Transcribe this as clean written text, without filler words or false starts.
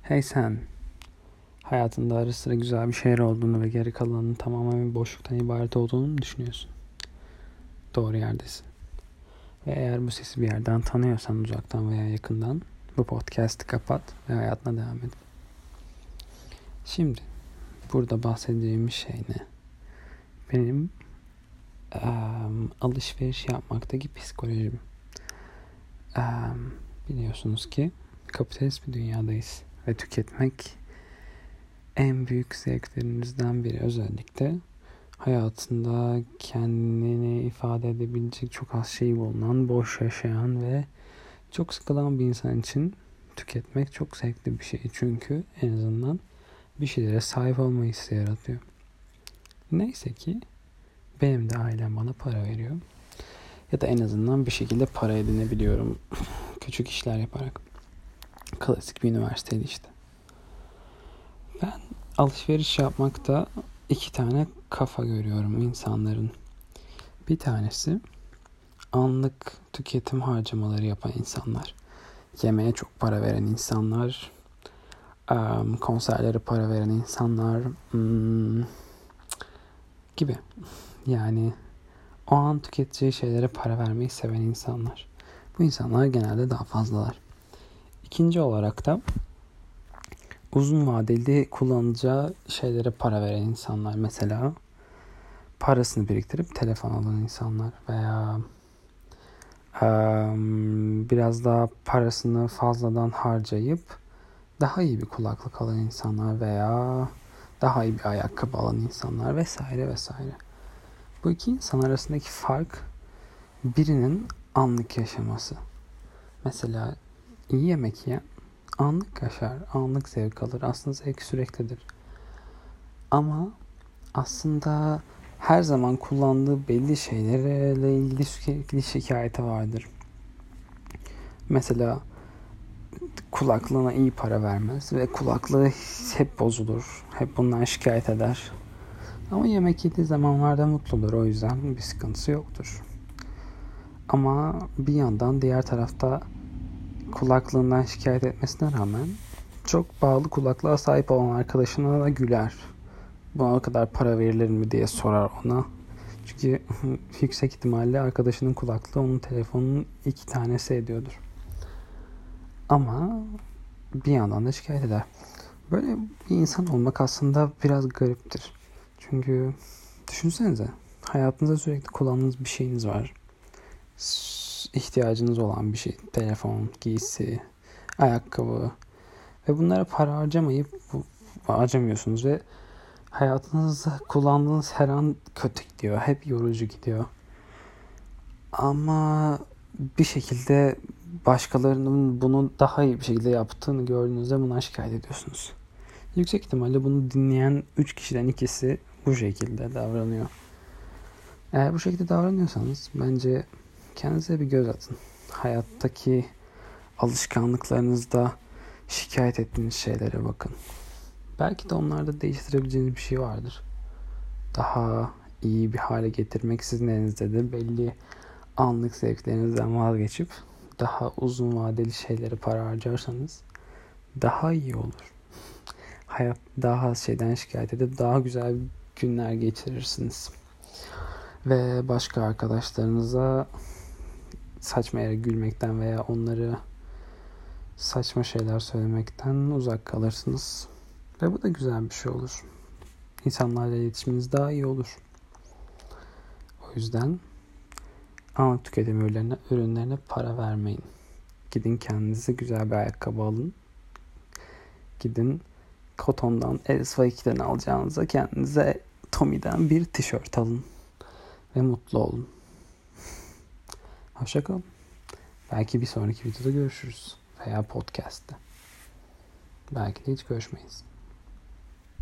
Hey sen, hayatında ara sıra güzel bir şeyler olduğunu ve geri kalanının tamamen bir boşluktan ibaret olduğunu mu düşünüyorsun? Doğru yerdesin. Ve eğer bu sesi bir yerden tanıyorsan uzaktan veya yakından bu podcast'i kapat ve hayatına devam et. Şimdi burada bahsedeceğim şey ne? Benim alışveriş yapmaktaki psikolojim. Biliyorsunuz ki kapitalist bir dünyadayız ve tüketmek en büyük zevklerinizden biri. Özellikle hayatında kendini ifade edebilecek çok az şey bulunan, boş yaşayan ve çok sıkılan bir insan için tüketmek çok zevkli bir şey. Çünkü en azından bir şeylere sahip olma hissi yaratıyor. Neyse ki benim de ailem bana para veriyor. Ya da en azından bir şekilde para edinebiliyorum. Küçük işler yaparak. Klasik bir üniversiteydi işte. Ben alışveriş yapmakta iki tane kafa görüyorum insanların. Bir tanesi anlık tüketim harcamaları yapan insanlar. Yemeğe çok para veren insanlar. Konserlere para veren insanlar. Gibi. Yani o an tüketeceği şeylere para vermeyi seven insanlar. Bu insanlar genelde daha fazlalar. İkinci olarak da uzun vadeli kullanacağı şeylere para veren insanlar. Mesela parasını biriktirip telefon alan insanlar veya biraz daha parasını fazladan harcayıp daha iyi bir kulaklık alan insanlar veya daha iyi bir ayakkabı alan insanlar vesaire vesaire. Bu iki insan arasındaki fark birinin anlık yaşaması. Mesela iyi yemek yiyen anlık yaşar, anlık zevk alır. Aslında zevk süreklidir. Ama aslında her zaman kullandığı belli şeylerle ilgili sürekli şikayeti vardır. Mesela kulaklığına iyi para vermez ve kulaklığı hep bozulur. Hep bundan şikayet eder. Ama yemek yediği zamanlarda mutludur. O yüzden bir sıkıntısı yoktur. Ama bir yandan diğer tarafta kulaklığından şikayet etmesine rağmen çok pahalı kulaklığa sahip olan arkadaşına da güler. Buna o kadar para verilir mi diye sorar ona. Çünkü yüksek ihtimalle arkadaşının kulaklığı onun telefonunun 2 tanesi ediyordur. Ama bir yandan da şikayet eder. Böyle bir insan olmak aslında biraz gariptir. Çünkü düşünsenize, hayatınızda sürekli kullandığınız bir şeyiniz var. İhtiyacınız olan bir şey. Telefon, giysi, ayakkabı. Ve bunlara para harcamıyorsunuz ve hayatınızda kullandığınız her an kötü gidiyor. Hep yorucu gidiyor. Ama bir şekilde başkalarının bunu daha iyi bir şekilde yaptığını gördüğünüzde bundan şikayet ediyorsunuz. Yüksek ihtimalle bunu dinleyen 3 kişiden ikisi bu şekilde davranıyor. Eğer bu şekilde davranıyorsanız bence kendinize bir göz atın. Hayattaki alışkanlıklarınızda şikayet ettiğiniz şeylere bakın. Belki de onlarda değiştirebileceğiniz bir şey vardır. Daha iyi bir hale getirmek sizin elinizdedir. Belli anlık zevklerinizden vazgeçip daha uzun vadeli şeylere para harcarsanız daha iyi olur. Hayat daha az şeyden şikayet edip daha güzel günler geçirirsiniz. Ve başka arkadaşlarınıza saçma yere gülmekten veya onları saçma şeyler söylemekten uzak kalırsınız. Ve bu da güzel bir şey olur. İnsanlarla iletişiminiz daha iyi olur. O yüzden anlık tüketim ürünlerine para vermeyin. Gidin kendinize güzel bir ayakkabı alın. Gidin Koton'dan, LS2'den alacağınıza kendinize Tommy'den bir tişört alın. Ve mutlu olun. Hoşça kalın. Belki bir sonraki videoda görüşürüz. Veya podcast'te. Belki de hiç görüşmeyiz.